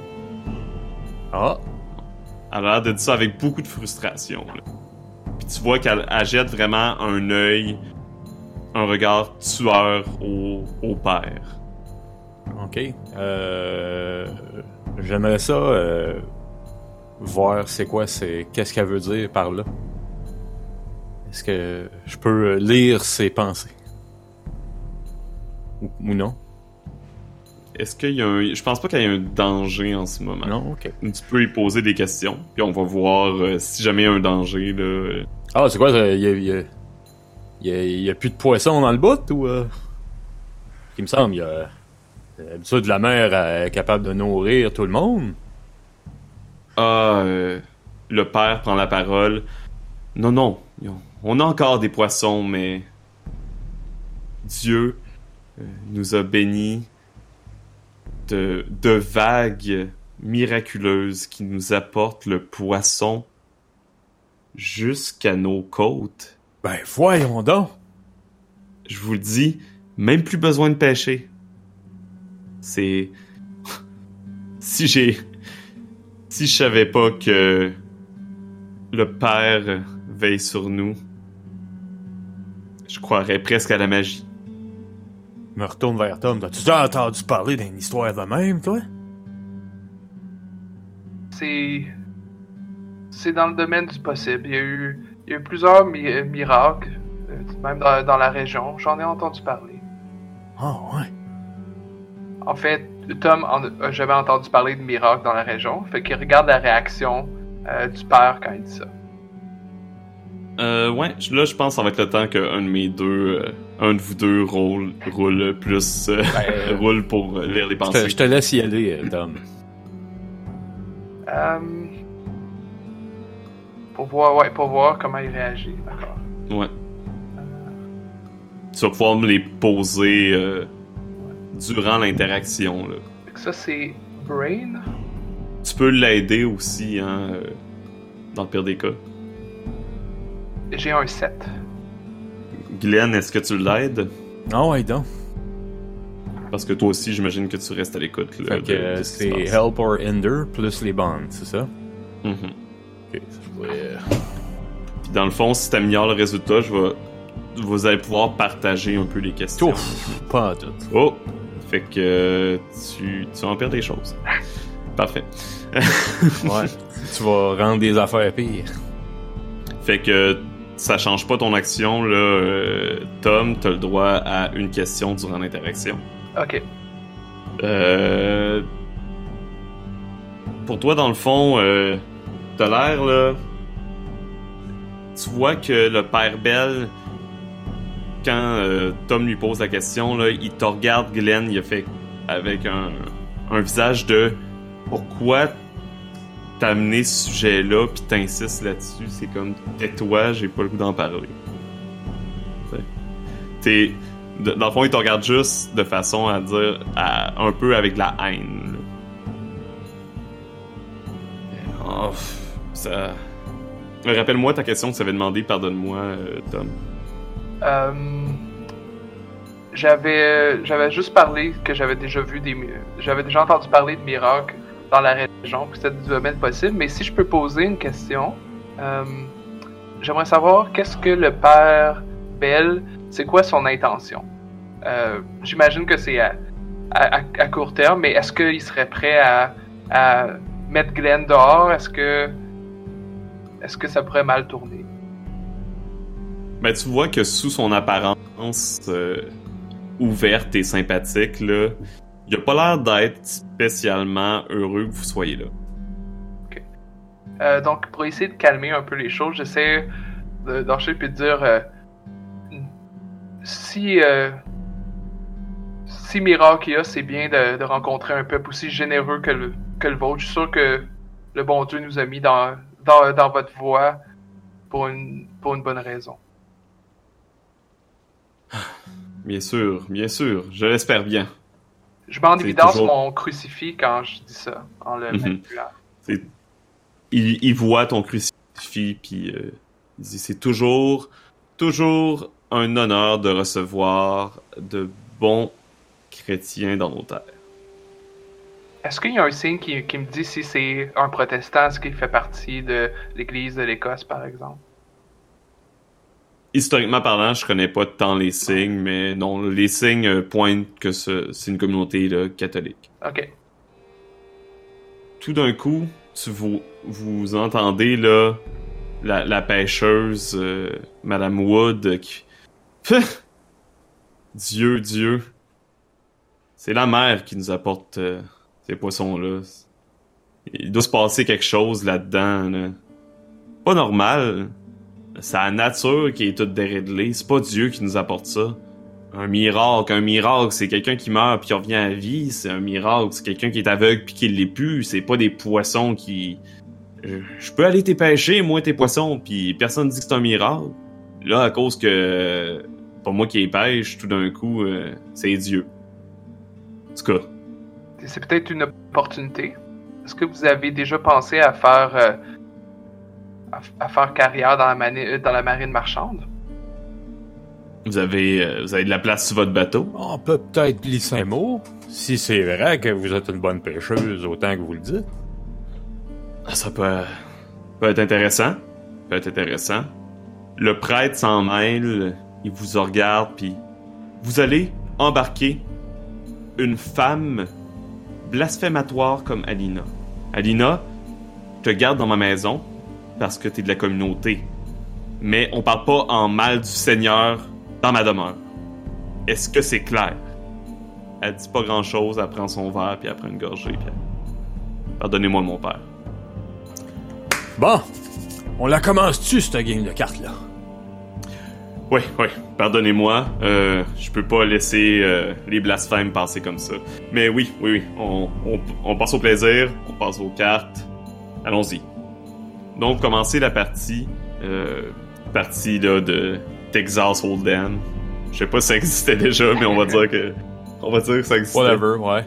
Ah. Elle a l'air de dire ça avec beaucoup de frustration, là. Puis tu vois qu'elle elle jette vraiment un œil, un regard tueur au, au père. Ok. Euh, j'aimerais ça euh, voir c'est quoi, c'est qu'est-ce qu'elle veut dire par là. Est-ce que je peux lire ses pensées ou, ou non? Est-ce qu'il y a un... Je pense pas qu'il y ait un danger en ce moment. Non, ok. Tu peux y poser des questions, puis on va voir euh, si jamais il y a un danger, là. Euh... Ah, c'est quoi, il y a, y, a, y, a, y a plus de poissons dans le bout, ou... Euh... Il me semble, il y a... L'habitude de la mer est capable de nourrir tout le monde. Ah, euh, le père prend la parole. Non, non, on a encore des poissons, mais... Dieu euh, nous a bénis de, de vagues miraculeuses qui nous apportent le poisson jusqu'à nos côtes. Ben, voyons donc! Je vous le dis, même plus besoin de pêcher. C'est... si j'ai... Si je savais pas que le Père veille sur nous, je croirais presque à la magie. Je me retourne vers Tom. T'as-tu déjà entendu parler d'une histoire de même, toi? C'est... C'est dans le domaine du possible. Il y a eu, il y a eu plusieurs mi- miracles, euh, même dans, dans la région. J'en ai entendu parler. Ah, oh, ouais. En fait, Tom en a jamais entendu parler de miracles dans la région. Fait qu'il regarde la réaction euh, du père quand il dit ça. Euh, ouais, là, je pense que ça va être le temps qu'un de mes deux, euh, un de vous deux roule, roule plus, euh, ben, roule pour lire les pensées. Je te, je te laisse y aller, Tom. Euh... Pour voir, ouais, pour voir comment il réagit, d'accord. Ouais. Euh... Tu vas pouvoir me les poser euh, durant l'interaction, là. Fait que ça, c'est Brain. Tu peux l'aider aussi, hein, euh, dans le pire des cas. J'ai un sept. Glenn, est-ce que tu l'aides? Ah ouais, donc. Parce que toi aussi, j'imagine que tu restes à l'écoute. Là, fait que de, de c'est Help or Hinder plus les bonds, c'est ça? Mm-hmm. Ok, ça pourrait... Puis dans le fond, si t'améliores le résultat, je vais... vous allez pouvoir partager un peu les questions. Ouf, pas en tout. Oh! Fait que euh, tu, tu vas en perdre des choses. Parfait. Ouais, tu vas rendre des affaires pires. Fait que ça change pas ton action, là. Euh, Tom, t'as le droit à une question durant l'interaction. Ok. Euh... Pour toi, dans le fond, euh, t'as l'air, là... tu vois que le père Bell, quand euh, Tom lui pose la question, là, il te regarde, Glenn, il a fait avec un, un visage de pourquoi t'as amené ce sujet-là pis t'insistes là-dessus. C'est comme, tais-toi, j'ai pas le goût d'en parler. T'es, dans le fond, il te regarde juste de façon à dire, à, un peu avec la haine. Là. Oh, ça... Rappelle-moi ta question que tu avais demandé, pardonne-moi, euh, Tom. Euh, j'avais, j'avais juste parlé que j'avais déjà vu des, j'avais déjà entendu parler de miracles dans la région, puis c'était du domaine possible. Mais si je peux poser une question, euh, j'aimerais savoir qu'est-ce que le père Bell, c'est quoi son intention? Euh, j'imagine que c'est à, à, à court terme, mais est-ce qu'il serait prêt à, à mettre Glenn dehors? Est-ce que, est-ce que ça pourrait mal tourner? Ben, tu vois que sous son apparence euh, ouverte et sympathique, là, il a pas l'air d'être spécialement heureux que vous soyez là. Ok. Euh, donc, pour essayer de calmer un peu les choses, j'essaie de, d'enchaîner puis de dire euh, si euh, si miracle il y a, c'est bien de, de rencontrer un peuple aussi généreux que le, que le vôtre. Je suis sûr que le bon Dieu nous a mis dans, dans, dans votre voie pour une, pour une bonne raison. Bien sûr, bien sûr, je l'espère bien. Je mets en C'est évidence toujours... mon crucifix quand je dis ça, en le Mm-hmm. manipulant. C'est... Il, il voit ton crucifix, puis euh, il dit c'est toujours, toujours un honneur de recevoir de bons chrétiens dans nos terres. Est-ce qu'il y a un signe qui, qui me dit si c'est un protestant, est-ce qu'il fait partie de l'Église de l'Écosse, par exemple? Historiquement parlant, je connais pas tant les signes, mais non, les signes euh, pointent que ce, c'est une communauté là, catholique. Ok. Tout d'un coup, tu vous, vous entendez là la, la pêcheuse, euh, Madame Wood, qui... Dieu, Dieu. C'est la mer qui nous apporte euh, ces poissons-là. Il doit se passer quelque chose là-dedans. Là. Pas normal. C'est la nature qui est toute déréglée. C'est pas Dieu qui nous apporte ça. Un miracle, un miracle, c'est quelqu'un qui meurt puis qui revient à la vie. C'est un miracle, c'est quelqu'un qui est aveugle puis qui l'est plus. C'est pas des poissons qui... Je, je peux aller t'es pêcher, moi, tes poissons, puis personne dit que c'est un miracle. Là, à cause que... Pas moi qui les pêche, tout d'un coup, euh, c'est Dieu. En tout cas. C'est peut-être une opportunité. Est-ce que vous avez déjà pensé à faire... Euh... À, à faire carrière dans la, mani- dans la marine marchande? Vous avez, euh, vous avez de la place sur votre bateau? On peut peut-être glisser un mot, si c'est vrai que vous êtes une bonne pêcheuse, autant que vous le dites. Ça peut, peut être intéressant. Peut être intéressant. Le prêtre s'en mêle, il vous regarde, puis vous allez embarquer une femme blasphématoire comme Alina. Alina, je te garde dans ma maison, parce que t'es de la communauté. Mais on parle pas en mal du Seigneur dans ma demeure. Est-ce que c'est clair? Elle dit pas grand-chose, elle prend son verre, puis elle prend une gorgée, puis elle... Pardonnez-moi mon père. Bon, on la commence-tu, cette game de cartes-là? Oui, oui, pardonnez-moi. Euh, je peux pas laisser euh, les blasphèmes passer comme ça. Mais oui, oui, oui, on, on, on passe au plaisir, on passe aux cartes. Allons-y. Donc, commencer la partie, euh, partie là, de Texas Hold'em. Je sais pas si ça existait déjà, mais on va dire que, on va dire que ça existait. Whatever, ouais.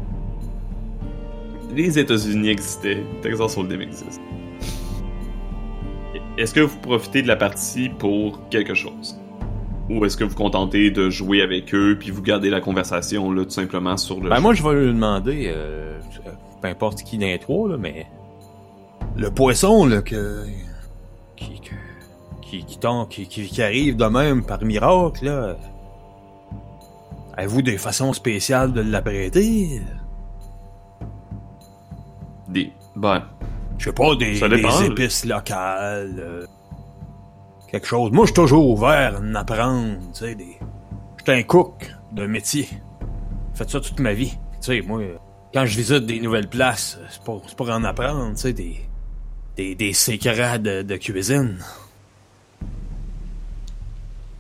Les États-Unis existaient, Texas Hold'em existe. Est-ce que vous profitez de la partie pour quelque chose? Ou est-ce que vous contentez de jouer avec eux puis vous gardez la conversation là tout simplement sur le Ben jeu? moi je vais lui demander, euh, peu importe qui d'un trois là, mais le poisson là que qui que, qui qui tombe, qui, qui qui arrive de même par miracle là, avez-vous des façons spéciales de l'apprêter? Des ben Je sais pas, des, Ça dépend, des là. épices locales, euh, quelque chose. Moi, je suis toujours ouvert à en apprendre, tu sais, des... J'étais un cook de métier. J'ai fait ça toute ma vie. Tu sais, moi, quand je visite des nouvelles places, c'est pour, c'est pour en apprendre, tu sais, des, des, des secrets de, de cuisine.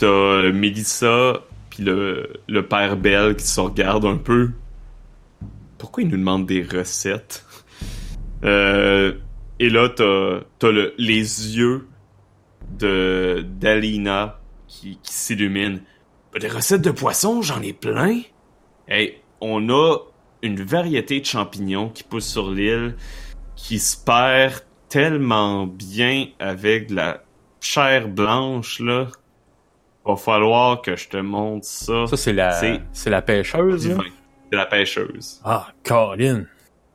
t'as euh, Mélissa puis le, le père Bell qui se regardent un peu. Pourquoi ils nous demandent des recettes? euh, et là, t'as, t'as le, les yeux de d'Alina qui, qui s'illuminent. Des recettes de poissons, j'en ai plein. Hey, on a une variété de champignons qui poussent sur l'île qui se perd tellement bien avec de la chair blanche, là. Va falloir que je te montre ça. Ça, c'est la, c'est, c'est la pêcheuse, là? C'est la pêcheuse. Ah, Colin.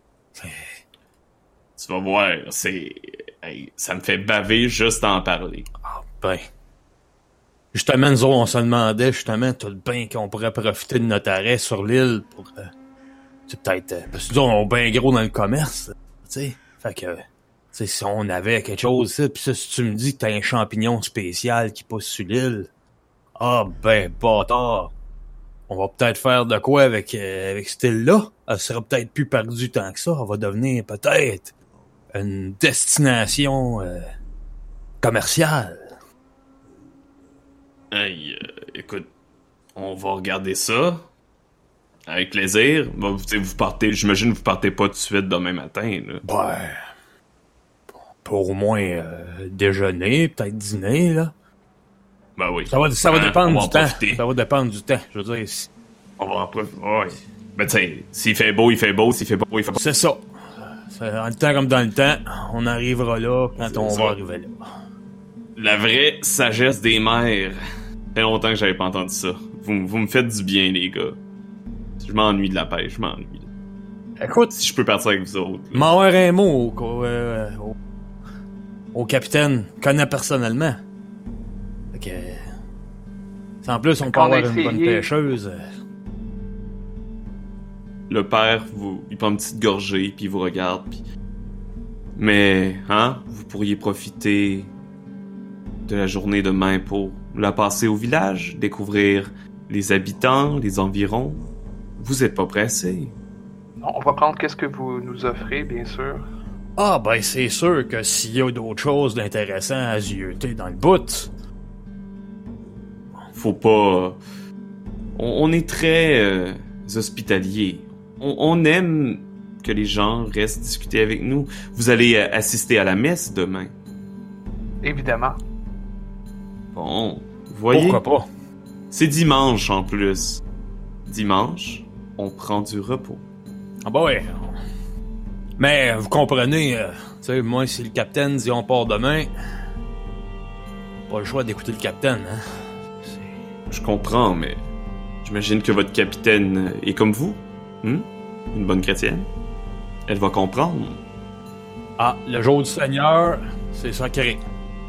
Tu vas voir, c'est... Hey, ça me fait baver juste d'en parler. Ah, ben... Justement, nous autres, on se demandait, justement, tout bien qu'on pourrait profiter de notre arrêt sur l'île pour... Euh, c'est peut-être... Euh, parce que nous autres, on est bien gros dans le commerce, tu sais. Fait que... Tu sais, si on avait quelque chose, ça, pis ça, si tu me dis que t'as un champignon spécial qui pousse sur l'île... Ah, ben, bâtard! On va peut-être faire de quoi avec, euh, avec cette île-là. Elle sera peut-être plus perdue tant que ça. Elle va devenir peut-être une destination euh, commerciale. Hey, euh, écoute, on va regarder ça. Avec plaisir. Bon, vous, vous partez, j'imagine que vous partez pas tout de suite demain matin, là. Ouais. Pour au moins euh, déjeuner, peut-être dîner, là. Ben oui. Ça va, ça va hein, dépendre du temps. Profiter. Ça va dépendre du temps. Je veux dire, si... On va en profiter. Ouais. Ben tu sais, s'il fait beau, il fait beau. S'il fait beau, il fait beau. C'est ça. C'est dans le temps comme dans le temps. On arrivera là quand C'est on ça. va arriver là. La vraie sagesse des mères. Ça fait longtemps que j'avais pas entendu ça. Vous, vous me faites du bien, les gars. Je m'ennuie de la pêche, je m'ennuie. Écoute, Si je peux partir avec vous autres. là. m'envoie un mot au, au, euh, au, au capitaine. Connaît personnellement. Fait que... Si en plus on peut Qu'on a avoir une bonne essayé. pêcheuse... euh, Le père, vous, il prend une petite gorgée, puis il vous regarde, puis... Mais, hein, vous pourriez profiter de la journée demain pour la passer au village, découvrir les habitants, les environs. Vous êtes pas pressé. On va prendre qu'est-ce que vous nous offrez, bien sûr. Ah, ben c'est sûr que s'il y a d'autres choses d'intéressant à zioter dans le bout... Faut pas... On, on est très euh, hospitalier. On, on aime que les gens restent discuter avec nous. Vous allez euh, assister à la messe demain. Évidemment. Bon, vous voyez, Pourquoi pas? c'est dimanche en plus. Dimanche, on prend du repos. Ah bah ouais. Mais vous comprenez, euh, tu sais, moi si le capitaine dit on part demain, pas le choix d'écouter le capitaine, hein. Je comprends, mais j'imagine que votre capitaine est comme vous. Hmm? Une bonne chrétienne. Elle va comprendre. Ah, le jour du Seigneur, c'est sacré.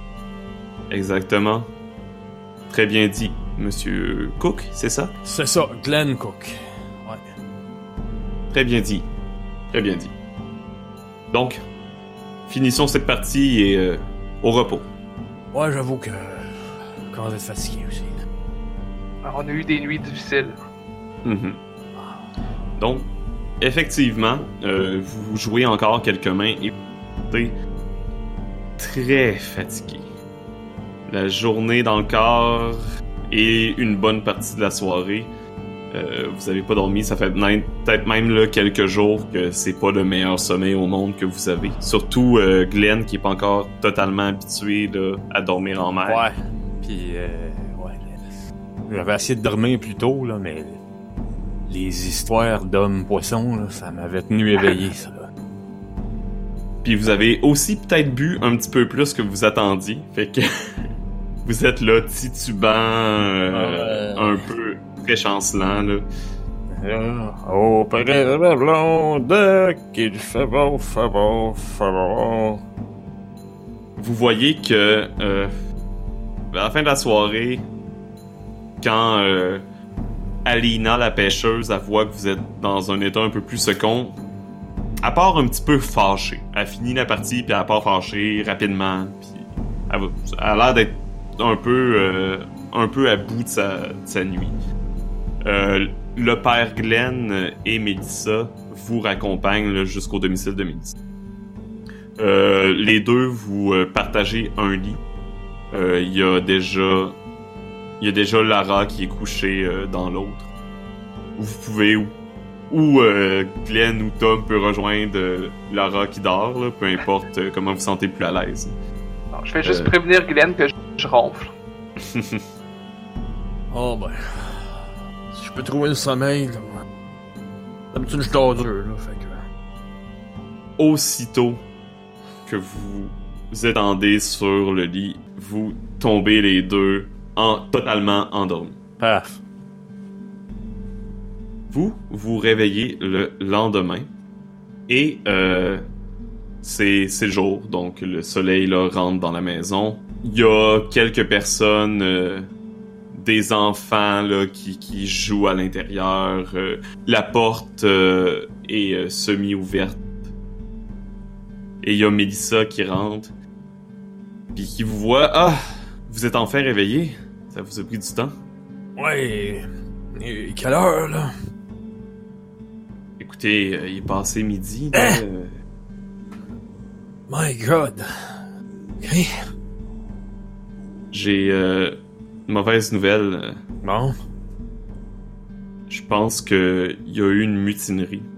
Exactement. Très bien dit, Monsieur Cook, c'est ça? C'est ça, Glenn Cook. Ouais. Très bien dit. Très bien dit. Donc, finissons cette partie et euh, au repos. Ouais, j'avoue que... Quand vous êtes fatigué aussi. Alors, on a eu des nuits difficiles. Mhm. Donc, effectivement, euh, vous jouez encore quelques mains et vous êtes très fatigué. La journée dans le corps et une bonne partie de la soirée. Euh, vous avez pas dormi, ça fait peut-être même là, quelques jours que c'est pas le meilleur sommeil au monde que vous avez. Surtout euh, Glenn qui est pas encore totalement habitué là, à dormir en mer. Ouais. Puis, euh, ouais. J'avais essayé de dormir plus tôt, là, mais... Les histoires d'hommes-poissons, là, ça m'avait tenu éveillé, ça, là. Puis vous avez aussi peut-être bu un petit peu plus que vous attendiez. Fait que vous êtes là titubant, euh, Ouais. un peu très chancelant, là. Ah, auprès de la blonde, qu'il fait beau, fait beau, fait beau. Vous voyez que euh, à la fin de la soirée, quand euh, Alina, la pêcheuse, elle voit que vous êtes dans un état un peu plus second, elle part un petit peu fâchée. Elle finit la partie, puis elle part fâchée rapidement. Puis elle, va- elle a l'air d'être un peu, euh, un peu à bout de sa, de sa nuit. Euh, le père Glenn et Mélissa vous raccompagnent là, jusqu'au domicile de Mélissa. Euh, les deux, vous euh, partagez un lit. Euh, Il y a déjà il y a déjà Lara qui est couchée euh, dans l'autre. Vous pouvez, ou, ou euh, Glenn ou Tom peut rejoindre euh, Lara qui dort, là, peu importe euh, comment vous sentez plus à l'aise. Non, je vais juste Euh. prévenir Glenn que je, je ronfle. Oh ben... Si je peux trouver le sommeil, là... D'habitude, je dors dur, là, fait que... Aussitôt que vous vous étendez sur le lit, vous tombez les deux en, totalement endormis. Paf. Vous vous réveillez le lendemain et euh, c'est c'est le jour, donc le soleil là rentre dans la maison. Il y a quelques personnes, euh, des enfants là qui qui jouent à l'intérieur. Euh, la porte euh, est euh, semi-ouverte et il y a Mélissa qui rentre puis qui vous voit. Ah, vous êtes enfin réveillé. Ça vous a pris du temps. Ouais... Et quelle heure, là? Écoutez, euh, il est passé midi. Là, Hein? euh, My God. Ok. J'ai euh, une mauvaise nouvelle. Bon. Je pense que il y a eu une mutinerie.